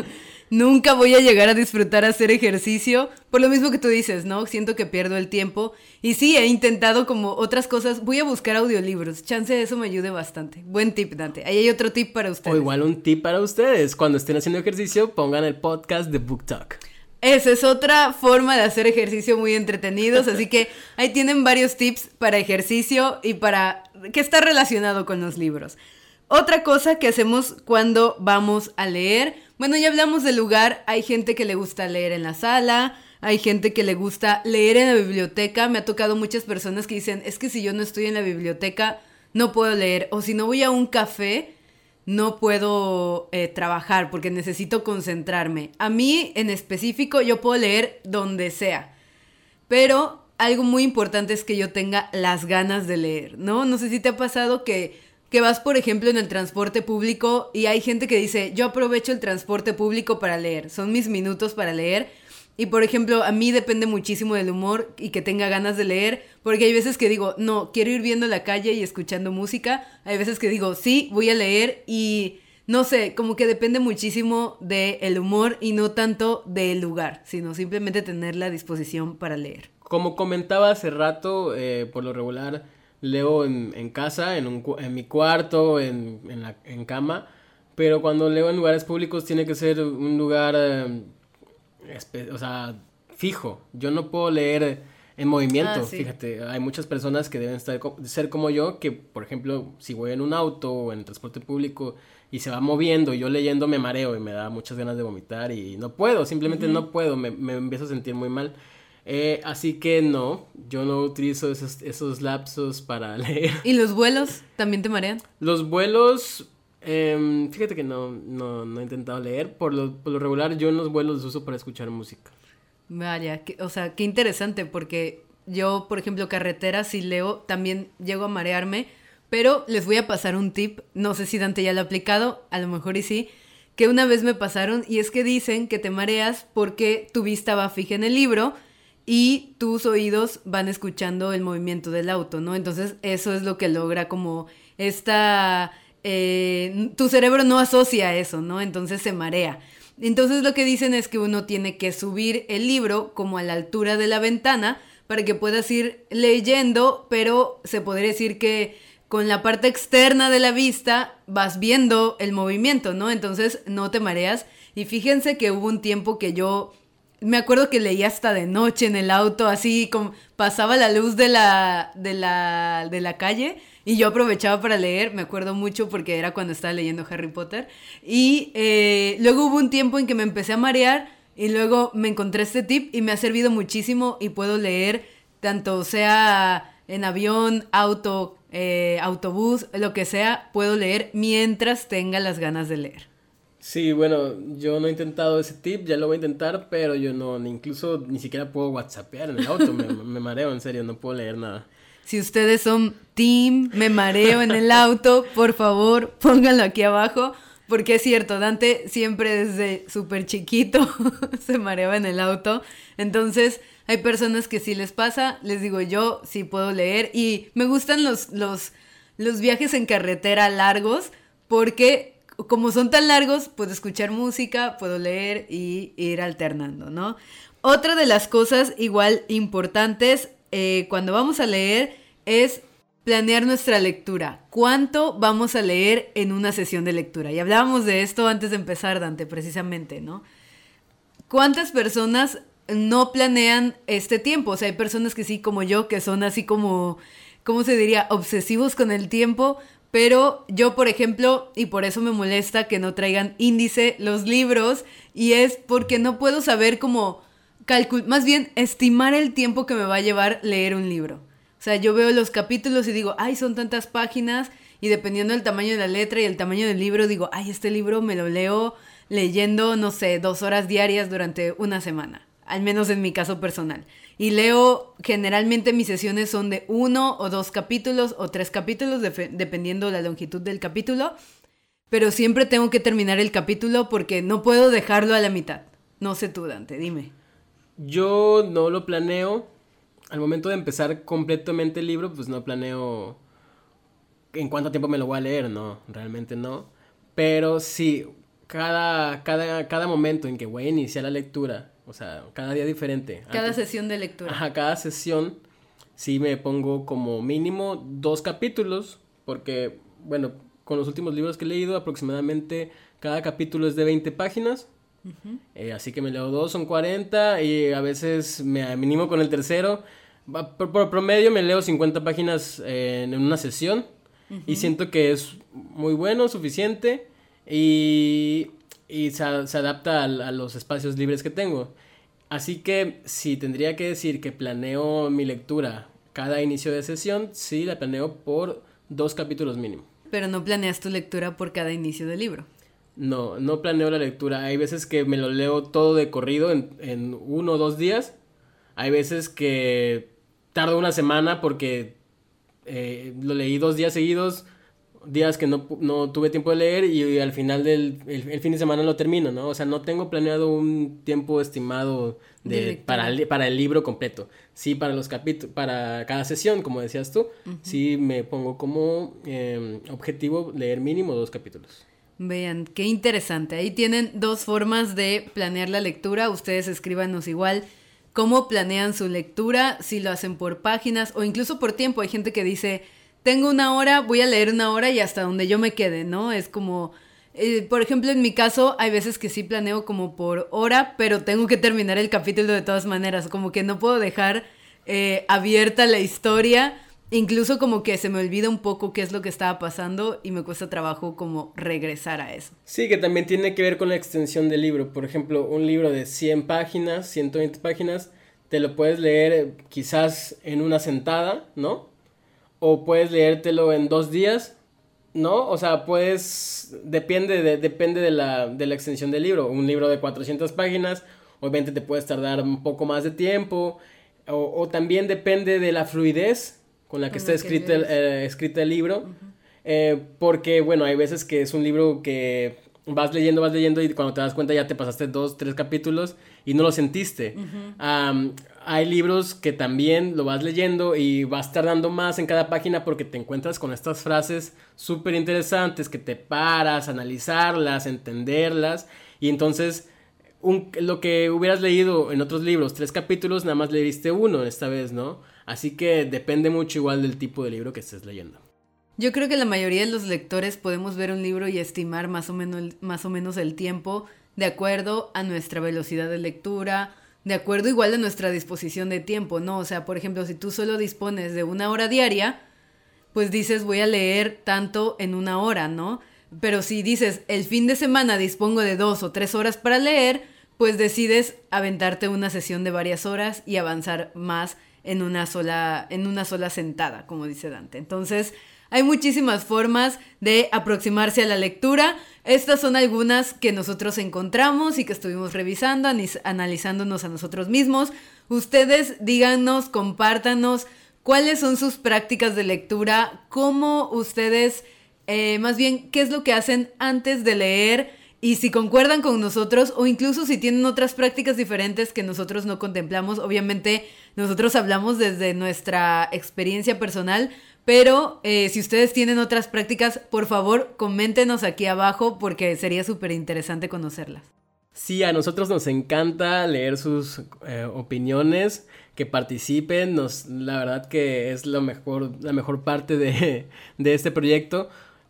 nunca voy a llegar a disfrutar hacer ejercicio, por lo mismo que tú dices, ¿no? Siento que pierdo el tiempo, y sí, he intentado como otras cosas, voy a buscar audiolibros, chance eso me ayude bastante. Buen tip, Dante. Ahí hay otro tip para ustedes. O igual un tip para ustedes, cuando estén haciendo ejercicio, pongan el podcast de Book Talk. Esa es otra forma de hacer ejercicio muy entretenidos, así que ahí tienen varios tips para ejercicio y para que está relacionado con los libros. Otra cosa que hacemos cuando vamos a leer, ya hablamos del lugar, hay gente que le gusta leer en la sala, hay gente que le gusta leer en la biblioteca, me ha tocado muchas personas que dicen, es que si yo no estoy en la biblioteca no puedo leer, o si no voy a un café no puedo trabajar porque necesito concentrarme. A mí en específico yo puedo leer donde sea, pero algo muy importante es que yo tenga las ganas de leer, ¿no? No sé si te ha pasado que vas, por ejemplo, en el transporte público y hay gente que dice, yo aprovecho el transporte público para leer, son mis minutos para leer. Y, por ejemplo, a mí depende muchísimo del humor y que tenga ganas de leer, porque hay veces que digo, no, quiero ir viendo la calle y escuchando música. Hay veces que digo, sí, voy a leer y, no sé, como que depende muchísimo del humor y no tanto del lugar, sino simplemente tener la disposición para leer. Como comentaba hace rato, por lo regular leo en casa, en mi cuarto, en cama, pero cuando leo en lugares públicos tiene que ser un lugar... fijo. Yo no puedo leer en movimiento, sí. Fíjate, hay muchas personas que deben ser como yo, que por ejemplo, si voy en un auto o en transporte público y se va moviendo, yo leyendo me mareo y me da muchas ganas de vomitar y no puedo, simplemente no puedo, me empiezo a sentir muy mal. Así que no, yo no utilizo esos lapsos para leer. ¿Y los vuelos también te marean? Los vuelos... fíjate que no he intentado leer. Por lo regular yo en los vuelos los uso para escuchar música. Vaya, qué interesante, porque yo, por ejemplo, carretera, si leo, también llego a marearme, pero les voy a pasar un tip, no sé si Dante ya lo ha aplicado, a lo mejor y sí, que una vez me pasaron, y es que dicen que te mareas porque tu vista va fija en el libro y tus oídos van escuchando el movimiento del auto, ¿no? Entonces eso es lo que logra como tu cerebro no asocia eso, ¿no? Entonces se marea. Entonces lo que dicen es que uno tiene que subir el libro como a la altura de la ventana para que puedas ir leyendo, pero se podría decir que con la parte externa de la vista vas viendo el movimiento, ¿no? Entonces no te mareas. Y fíjense que hubo un tiempo que yo... Me acuerdo que leía hasta de noche en el auto, así como pasaba la luz de la calle y yo aprovechaba para leer, me acuerdo mucho porque era cuando estaba leyendo Harry Potter. Y luego hubo un tiempo en que me empecé a marear y luego me encontré este tip y me ha servido muchísimo y puedo leer tanto sea en avión, auto, autobús, lo que sea, puedo leer mientras tenga las ganas de leer. Sí, bueno, yo no he intentado ese tip, ya lo voy a intentar, pero yo incluso ni siquiera puedo whatsappear en el auto, me mareo, en serio, no puedo leer nada. Si ustedes son team, me mareo en el auto, por favor, pónganlo aquí abajo, porque es cierto, Dante siempre desde súper chiquito se mareaba en el auto, entonces hay personas que sí les pasa, les digo yo, sí puedo leer, y me gustan los viajes en carretera largos, porque... como son tan largos, puedo escuchar música, puedo leer y ir alternando, ¿no? Otra de las cosas igual importantes cuando vamos a leer es planear nuestra lectura. ¿Cuánto vamos a leer en una sesión de lectura? Y hablábamos de esto antes de empezar, Dante, precisamente, ¿no? ¿Cuántas personas no planean este tiempo? O sea, hay personas que sí, como yo, que son así como, ¿cómo se diría? Obsesivos con el tiempo. Pero yo, por ejemplo, y por eso me molesta que no traigan índice los libros, y es porque no puedo saber cómo más bien estimar el tiempo que me va a llevar leer un libro. O sea, yo veo los capítulos y digo, ay, son tantas páginas, y dependiendo del tamaño de la letra y el tamaño del libro, digo, ay, este libro me lo leo leyendo, no sé, 2 horas diarias durante una semana, al menos en mi caso personal. Y leo, generalmente mis sesiones son de 1 o 2 capítulos o 3 capítulos, dependiendo la longitud del capítulo, pero siempre tengo que terminar el capítulo porque no puedo dejarlo a la mitad. No sé tú, Dante, dime. Yo no lo planeo. Al momento de empezar completamente el libro, pues no planeo en cuánto tiempo me lo voy a leer, no, realmente no. Pero sí, cada momento en que voy a iniciar la lectura, o sea, cada día diferente. Cada sesión de lectura. Ajá, cada sesión sí me pongo como mínimo 2 capítulos, porque, bueno, con los últimos libros que he leído, aproximadamente cada capítulo es de 20 páginas. Uh-huh. Así que me leo 2, son 40, y a veces me animo con el tercero. Por promedio me leo 50 páginas en una sesión. Uh-huh. Y siento que es muy bueno, suficiente, y se adapta a los espacios libres que tengo. Así que si tendría que decir que planeo mi lectura cada inicio de sesión, sí la planeo por 2 capítulos mínimo. Pero no planeas tu lectura por cada inicio de libro. No planeo la lectura. Hay veces que me lo leo todo de corrido en 1 o 2 días. Hay veces que tardo una semana porque lo leí 2 días seguidos, días que no tuve tiempo de leer, y al final del el fin de semana lo termino, ¿no? O sea, no tengo planeado un tiempo estimado para el libro completo. Sí, para los capítulos, para cada sesión, como decías tú, uh-huh, sí me pongo como objetivo leer mínimo 2 capítulos. Vean, qué interesante. Ahí tienen 2 formas de planear la lectura. Ustedes escríbanos igual cómo planean su lectura, si lo hacen por páginas o incluso por tiempo. Hay gente que dice, tengo 1 hora, voy a leer 1 hora y hasta donde yo me quede, ¿no? Es como, por ejemplo, en mi caso, hay veces que sí planeo como por hora, pero tengo que terminar el capítulo de todas maneras. Como que no puedo dejar abierta la historia. Incluso como que se me olvida un poco qué es lo que estaba pasando y me cuesta trabajo como regresar a eso. Sí, que también tiene que ver con la extensión del libro. Por ejemplo, un libro de 100 páginas, 120 páginas, te lo puedes leer quizás en una sentada, ¿no? O puedes leértelo en 2 días, ¿no? O sea, depende de la extensión del libro. Un libro de 400 páginas, obviamente te puedes tardar un poco más de tiempo, o también depende de la fluidez con la que está escrita el libro. Uh-huh. Porque, bueno, hay veces que es un libro que vas leyendo y cuando te das cuenta ya te pasaste 2, 3 capítulos y no lo sentiste. Uh-huh. Hay libros que también lo vas leyendo y vas tardando más en cada página porque te encuentras con estas frases súper interesantes que te paras a analizarlas, entenderlas, y entonces lo que hubieras leído en otros libros 3 capítulos, nada más leíste 1 esta vez, ¿no? Así que depende mucho igual del tipo de libro que estés leyendo. Yo creo que la mayoría de los lectores podemos ver un libro y estimar más o menos el tiempo de acuerdo a nuestra velocidad de lectura, de acuerdo igual a nuestra disposición de tiempo, ¿no? O sea, por ejemplo, si tú solo dispones de 1 hora diaria, pues dices voy a leer tanto en 1 hora, ¿no? Pero si dices el fin de semana dispongo de 2 o 3 horas para leer, pues decides aventarte una sesión de varias horas y avanzar más en una sola sentada, como dice Dante. Entonces, hay muchísimas formas de aproximarse a la lectura. Estas son algunas que nosotros encontramos y que estuvimos revisando, analizándonos a nosotros mismos. Ustedes díganos, compártanos cuáles son sus prácticas de lectura, cómo ustedes, más bien, qué es lo que hacen antes de leer, y si concuerdan con nosotros o incluso si tienen otras prácticas diferentes que nosotros no contemplamos. Obviamente nosotros hablamos desde nuestra experiencia personal, pero si ustedes tienen otras prácticas, por favor, coméntenos aquí abajo porque sería súper interesante conocerlas. Sí, a nosotros nos encanta leer sus opiniones, que participen. La verdad que es la mejor parte de este proyecto.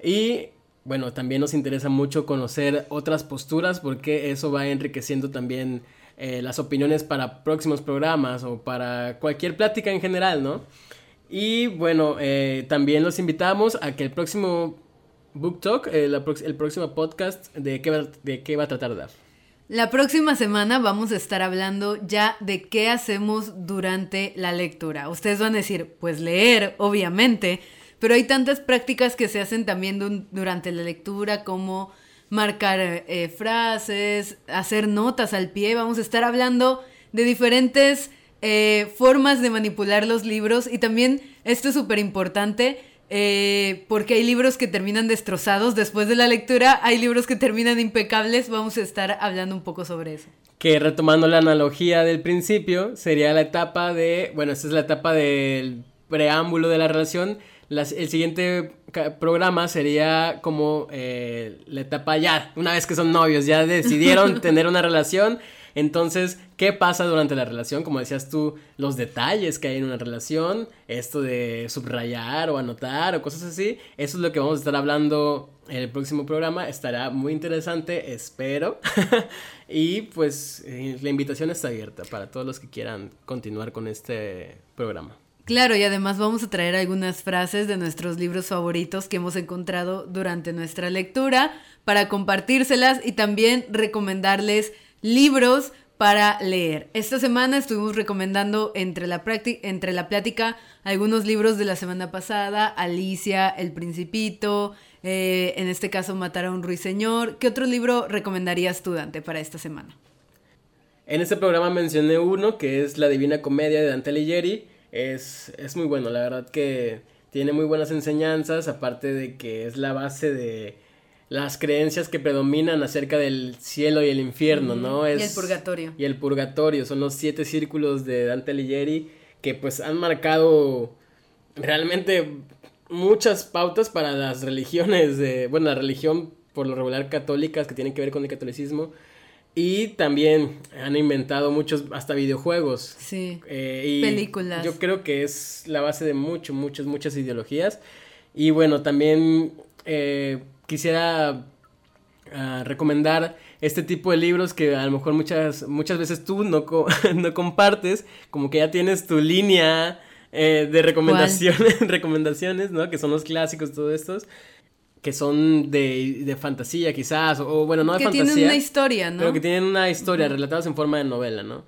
Y bueno, también nos interesa mucho conocer otras posturas porque eso va enriqueciendo también las opiniones para próximos programas o para cualquier plática en general, ¿no? Y bueno, también los invitamos a que el próximo Book Talk, el próximo podcast, ¿de qué va a tratar, Daf? La próxima semana vamos a estar hablando ya de qué hacemos durante la lectura. Ustedes van a decir, pues leer, obviamente, pero hay tantas prácticas que se hacen también durante la lectura, como marcar frases, hacer notas al pie. Vamos a estar hablando de diferentes formas de manipular los libros, y también esto es súper importante. Porque hay libros que terminan destrozados después de la lectura, hay libros que terminan impecables. Vamos a estar hablando un poco sobre eso. Que retomando la analogía del principio, sería la etapa esta es la etapa del preámbulo de la relación. El siguiente programa sería como la etapa ya, una vez que son novios, ya decidieron tener una relación. Entonces, ¿qué pasa durante la relación? Como decías tú, los detalles que hay en una relación, esto de subrayar o anotar o cosas así, eso es lo que vamos a estar hablando en el próximo programa. Estará muy interesante, espero. Y pues la invitación está abierta para todos los que quieran continuar con este programa. Claro, y además vamos a traer algunas frases de nuestros libros favoritos que hemos encontrado durante nuestra lectura para compartírselas, y también recomendarles libros para leer. Esta semana estuvimos recomendando entre la plática algunos libros de la semana pasada: Alicia, El Principito, en este caso Matar a un ruiseñor. ¿Qué otro libro recomendarías tú, Dante, para esta semana? En este programa mencioné uno que es La Divina Comedia de Dante Alighieri. Es muy bueno, la verdad que tiene muy buenas enseñanzas, aparte de que es la base de las creencias que predominan acerca del cielo y el infierno, ¿no? Y el purgatorio. Y el purgatorio, son los 7 círculos de Dante Alighieri que pues han marcado realmente muchas pautas para las religiones, la religión por lo regular católicas, que tienen que ver con el catolicismo. Y también han inventado muchos, hasta videojuegos. Sí, y películas. Yo creo que es la base de muchas ideologías. Y bueno, también quisiera recomendar este tipo de libros que a lo mejor muchas veces tú no compartes, como que ya tienes tu línea de recomendaciones, ¿no? Que son los clásicos, todos estos, que son de fantasía quizás, o bueno, no de fantasía. Que tienen una historia, ¿no? Pero que tienen una historia, relatados en forma de novela, ¿no?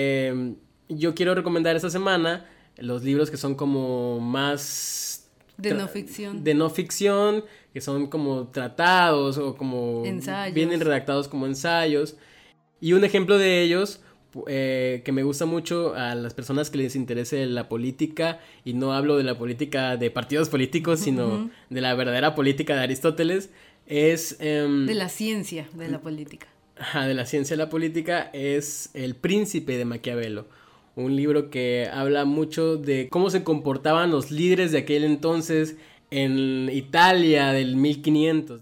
Yo quiero recomendar esta semana los libros que son como más... De no ficción. De no ficción, que son como tratados o como... Ensayos. Vienen redactados como ensayos. Y un ejemplo de ellos... que me gusta mucho a las personas que les interese la política, y no hablo de la política de partidos políticos, sino de la verdadera política de Aristóteles, es... de la ciencia de la política. De la ciencia de la política, es El Príncipe de Maquiavelo, un libro que habla mucho de cómo se comportaban los líderes de aquel entonces en Italia del 1500.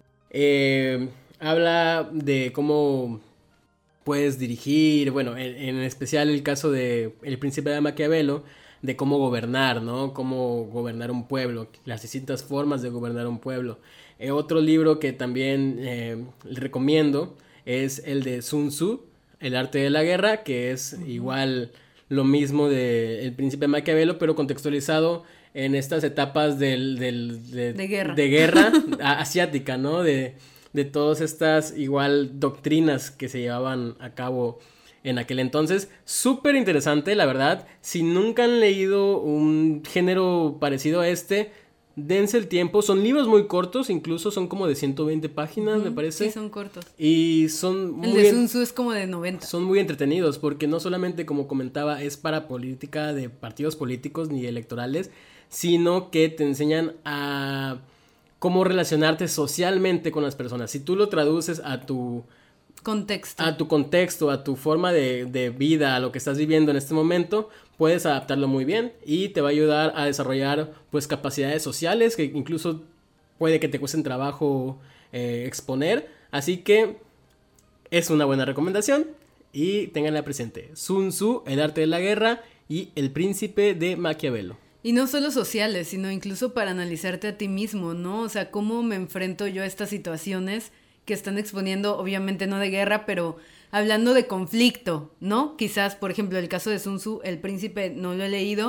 Habla de cómo puedes dirigir, bueno, en especial el caso de El Príncipe de Maquiavelo, de cómo gobernar, ¿no? Cómo gobernar un pueblo, las distintas formas de gobernar un pueblo. Otro libro que también le recomiendo es el de Sun Tzu, El Arte de la Guerra, que es igual lo mismo de El Príncipe de Maquiavelo, pero contextualizado en estas etapas de guerra asiática, ¿no? De todas estas igual doctrinas que se llevaban a cabo en aquel entonces. Súper interesante, la verdad. Si nunca han leído un género parecido a este, dense el tiempo. Son libros muy cortos, incluso son como de 120 páginas, me parece. Sí, son cortos. Y son muy... El de Sun Tzu es como de 90. Son muy entretenidos, porque no solamente, como comentaba, es para política de partidos políticos ni electorales, sino que te enseñan a cómo relacionarte socialmente con las personas. Si tú lo traduces a tu contexto, a tu forma de vida, a lo que estás viviendo en este momento, puedes adaptarlo muy bien y te va a ayudar a desarrollar pues capacidades sociales que incluso puede que te cuesten trabajo exponer. Así que es una buena recomendación y ténganla presente. Sun Tzu, El Arte de la Guerra, y El Príncipe de Maquiavelo. Y no solo sociales, sino incluso para analizarte a ti mismo, ¿no? O sea, cómo me enfrento yo a estas situaciones que están exponiendo, obviamente no de guerra, pero hablando de conflicto, ¿no? Quizás, por ejemplo, el caso de Sun Tzu, El Príncipe, no lo he leído,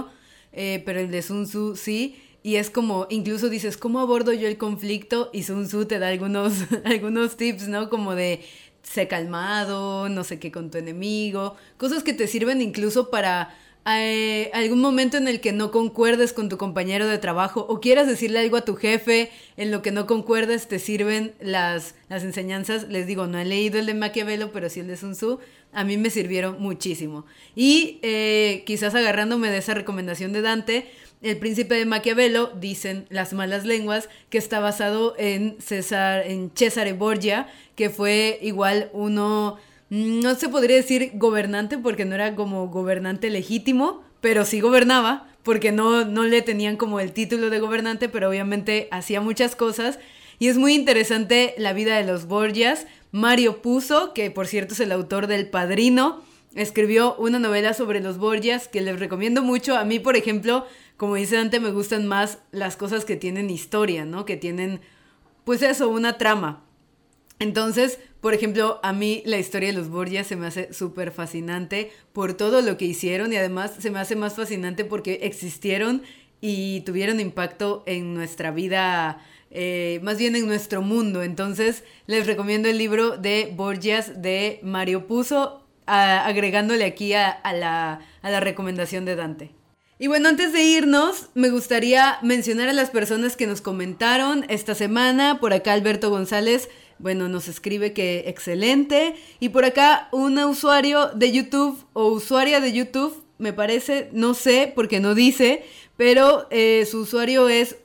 pero el de Sun Tzu sí. Y es como, incluso dices, ¿cómo abordo yo el conflicto? Y Sun Tzu te da algunos tips, ¿no? Como de, sé calmado, no sé qué con tu enemigo. Cosas que te sirven incluso para algún momento en el que no concuerdes con tu compañero de trabajo o quieras decirle algo a tu jefe en lo que no concuerdes, te sirven las enseñanzas. Les digo, no he leído el de Maquiavelo, pero sí el de Sun Tzu. A mí me sirvieron muchísimo. Y quizás agarrándome de esa recomendación de Dante, El Príncipe de Maquiavelo, dicen las malas lenguas, que está basado en Cesare Borgia, que fue igual uno, no se podría decir gobernante, porque no era como gobernante legítimo, pero sí gobernaba, porque no le tenían como el título de gobernante, pero obviamente hacía muchas cosas. Y es muy interesante la vida de los Borgias. Mario Puzo, que por cierto es el autor del Padrino, escribió una novela sobre los Borgias que les recomiendo mucho. A mí, por ejemplo, como dice Dante, me gustan más las cosas que tienen historia, ¿no? Que tienen, pues eso, una trama. Entonces, por ejemplo, a mí la historia de los Borgias se me hace súper fascinante por todo lo que hicieron y además se me hace más fascinante porque existieron y tuvieron impacto en nuestra vida, más bien en nuestro mundo. Entonces, les recomiendo el libro de Borgias de Mario Puzo, agregándole aquí a la recomendación de Dante. Y bueno, antes de irnos, me gustaría mencionar a las personas que nos comentaron esta semana. Por acá Alberto González, bueno, nos escribe que excelente. Y por acá un usuario de YouTube o usuaria de YouTube, me parece, no sé porque no dice, pero su usuario es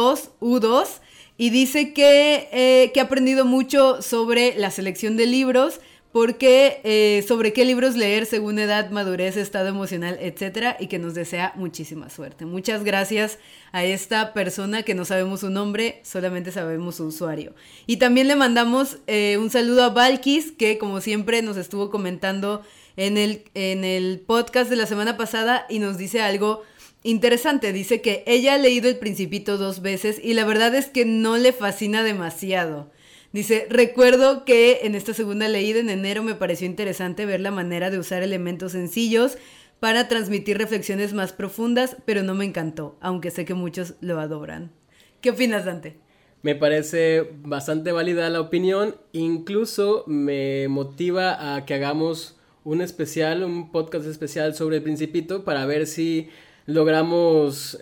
U2 y dice que ha aprendido mucho sobre la selección de libros, porque sobre qué libros leer según edad, madurez, estado emocional, etcétera, y que nos desea muchísima suerte. Muchas gracias a esta persona que no sabemos su nombre, solamente sabemos su usuario. Y también le mandamos un saludo a Valkis, que como siempre nos estuvo comentando en el podcast de la semana pasada y nos dice algo interesante. Dice que ella ha leído El Principito 2 veces y la verdad es que no le fascina demasiado. Dice, recuerdo que en esta segunda leída en enero me pareció interesante ver la manera de usar elementos sencillos para transmitir reflexiones más profundas, pero no me encantó, aunque sé que muchos lo adoran. ¿Qué opinas, Dante? Me parece bastante válida la opinión, incluso me motiva a que hagamos un podcast especial sobre El Principito para ver si logramos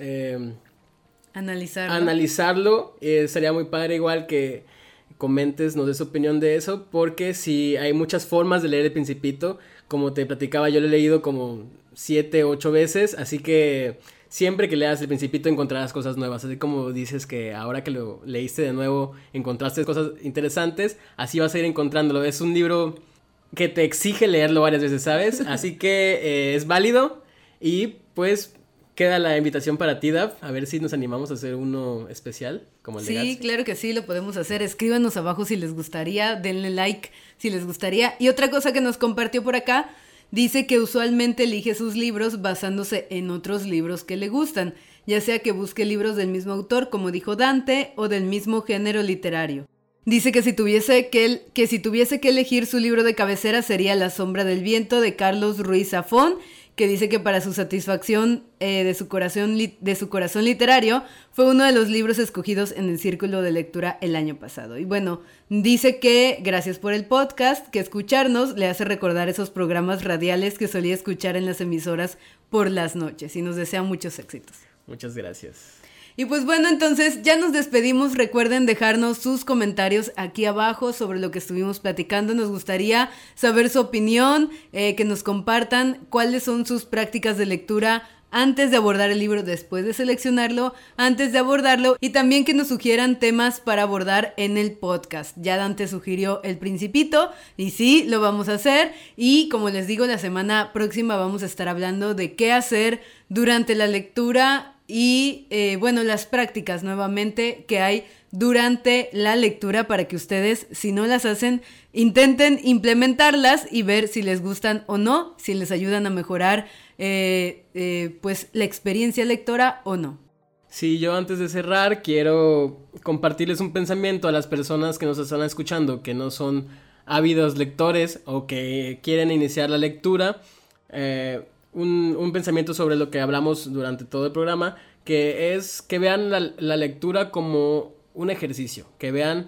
analizarlo. Sería muy padre igual que comentes, nos des tu opinión de eso, porque si hay muchas formas de leer El Principito, como te platicaba, yo lo he leído como 7, 8 veces, así que siempre que leas El Principito encontrarás cosas nuevas, así como dices que ahora que lo leíste de nuevo encontraste cosas interesantes, así vas a ir encontrándolo. Es un libro que te exige leerlo varias veces, ¿sabes? Así que es válido y pues queda la invitación para ti, Daf, a ver si nos animamos a hacer uno especial como el de Gatsby. Sí, claro que sí, lo podemos hacer. Escríbanos abajo si les gustaría, denle like si les gustaría. Y otra cosa que nos compartió por acá, dice que usualmente elige sus libros basándose en otros libros que le gustan, ya sea que busque libros del mismo autor, como dijo Dante, o del mismo género literario. Dice que si tuviese que elegir su libro de cabecera sería La sombra del viento de Carlos Ruiz Zafón, que dice que para su satisfacción de su corazón literario fue uno de los libros escogidos en el círculo de lectura el año pasado. Y bueno, dice que gracias por el podcast, que escucharnos le hace recordar esos programas radiales que solía escuchar en las emisoras por las noches, y nos desea muchos éxitos. Muchas gracias. Y pues bueno, entonces ya nos despedimos. Recuerden dejarnos sus comentarios aquí abajo sobre lo que estuvimos platicando. Nos gustaría saber su opinión, que nos compartan cuáles son sus prácticas de lectura antes de abordar el libro, después de seleccionarlo, antes de abordarlo, y también que nos sugieran temas para abordar en el podcast. Ya Dante sugirió El Principito y sí, lo vamos a hacer, y como les digo, la semana próxima vamos a estar hablando de qué hacer durante la lectura y bueno, las prácticas nuevamente que hay durante la lectura para que ustedes, si no las hacen, intenten implementarlas y ver si les gustan o no, si les ayudan a mejorar pues la experiencia lectora o no. Sí, yo antes de cerrar quiero compartirles un pensamiento a las personas que nos están escuchando, que no son ávidos lectores o que quieren iniciar la lectura. un pensamiento sobre lo que hablamos durante todo el programa, que es que vean la lectura como un ejercicio, que vean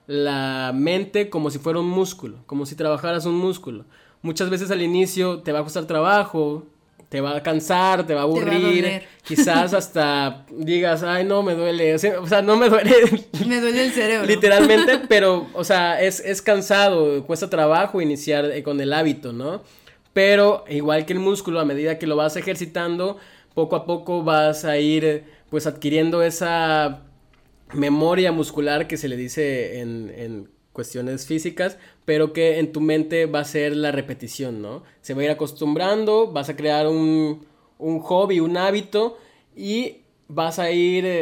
la mente como si fuera un músculo, como si trabajaras un músculo. Muchas veces al inicio te va a costar trabajo, te va a cansar, te va a aburrir, quizás hasta digas, ay, no, me duele, o sea, no me duele. Me duele el cerebro. Literalmente, pero, o sea, es cansado, cuesta trabajo iniciar con el hábito, ¿no? Pero igual que el músculo, a medida que lo vas ejercitando, poco a poco vas a ir, pues, adquiriendo esa memoria muscular que se le dice en cuestiones físicas, pero que en tu mente va a ser la repetición, ¿no? Se va a ir acostumbrando, vas a crear un hobby, un hábito, y vas a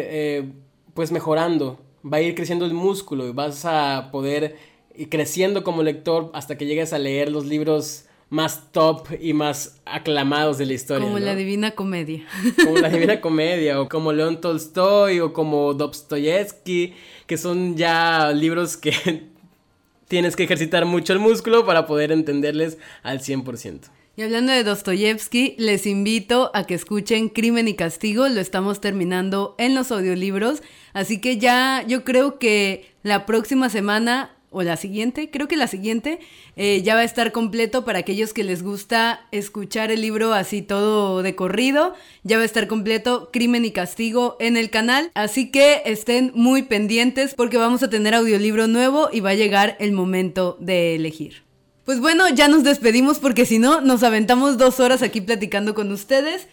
ir pues mejorando, va a ir creciendo el músculo y vas a poder ir creciendo como lector hasta que llegues a leer los libros más top y más aclamados de la historia, como, ¿no? La Divina Comedia. Como la Divina Comedia, o como León Tolstoy, o como Dostoyevsky, que son ya libros que tienes que ejercitar mucho el músculo para poder entenderles al 100%. Y hablando de Dostoyevsky, les invito a que escuchen Crimen y Castigo, lo estamos terminando en los audiolibros, así que ya yo creo que la próxima semana, o la siguiente, creo que la siguiente, ya va a estar completo para aquellos que les gusta escuchar el libro así todo de corrido, ya va a estar completo Crimen y Castigo en el canal, así que estén muy pendientes porque vamos a tener audiolibro nuevo y va a llegar el momento de elegir. Pues bueno, ya nos despedimos porque si no, nos aventamos 2 horas aquí platicando con ustedes.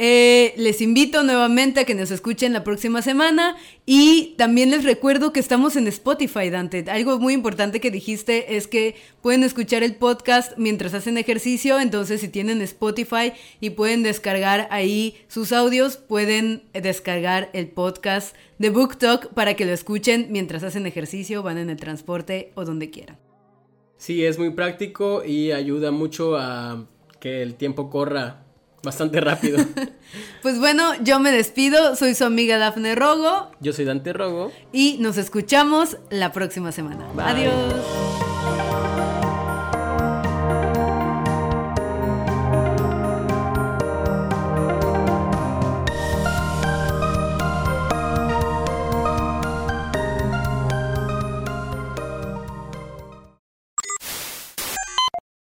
Les invito nuevamente a que nos escuchen la próxima semana y también les recuerdo que estamos en Spotify, Dante. Algo muy importante que dijiste es que pueden escuchar el podcast mientras hacen ejercicio, entonces si tienen Spotify y pueden descargar ahí sus audios, pueden descargar el podcast de Book Talk para que lo escuchen mientras hacen ejercicio, van en el transporte o donde quieran. Sí, es muy práctico y ayuda mucho a que el tiempo corra bastante rápido. Pues bueno, yo me despido, soy su amiga Dafne Rogo. Yo soy Dante Rogo. Y nos escuchamos la próxima semana. Bye. Adiós.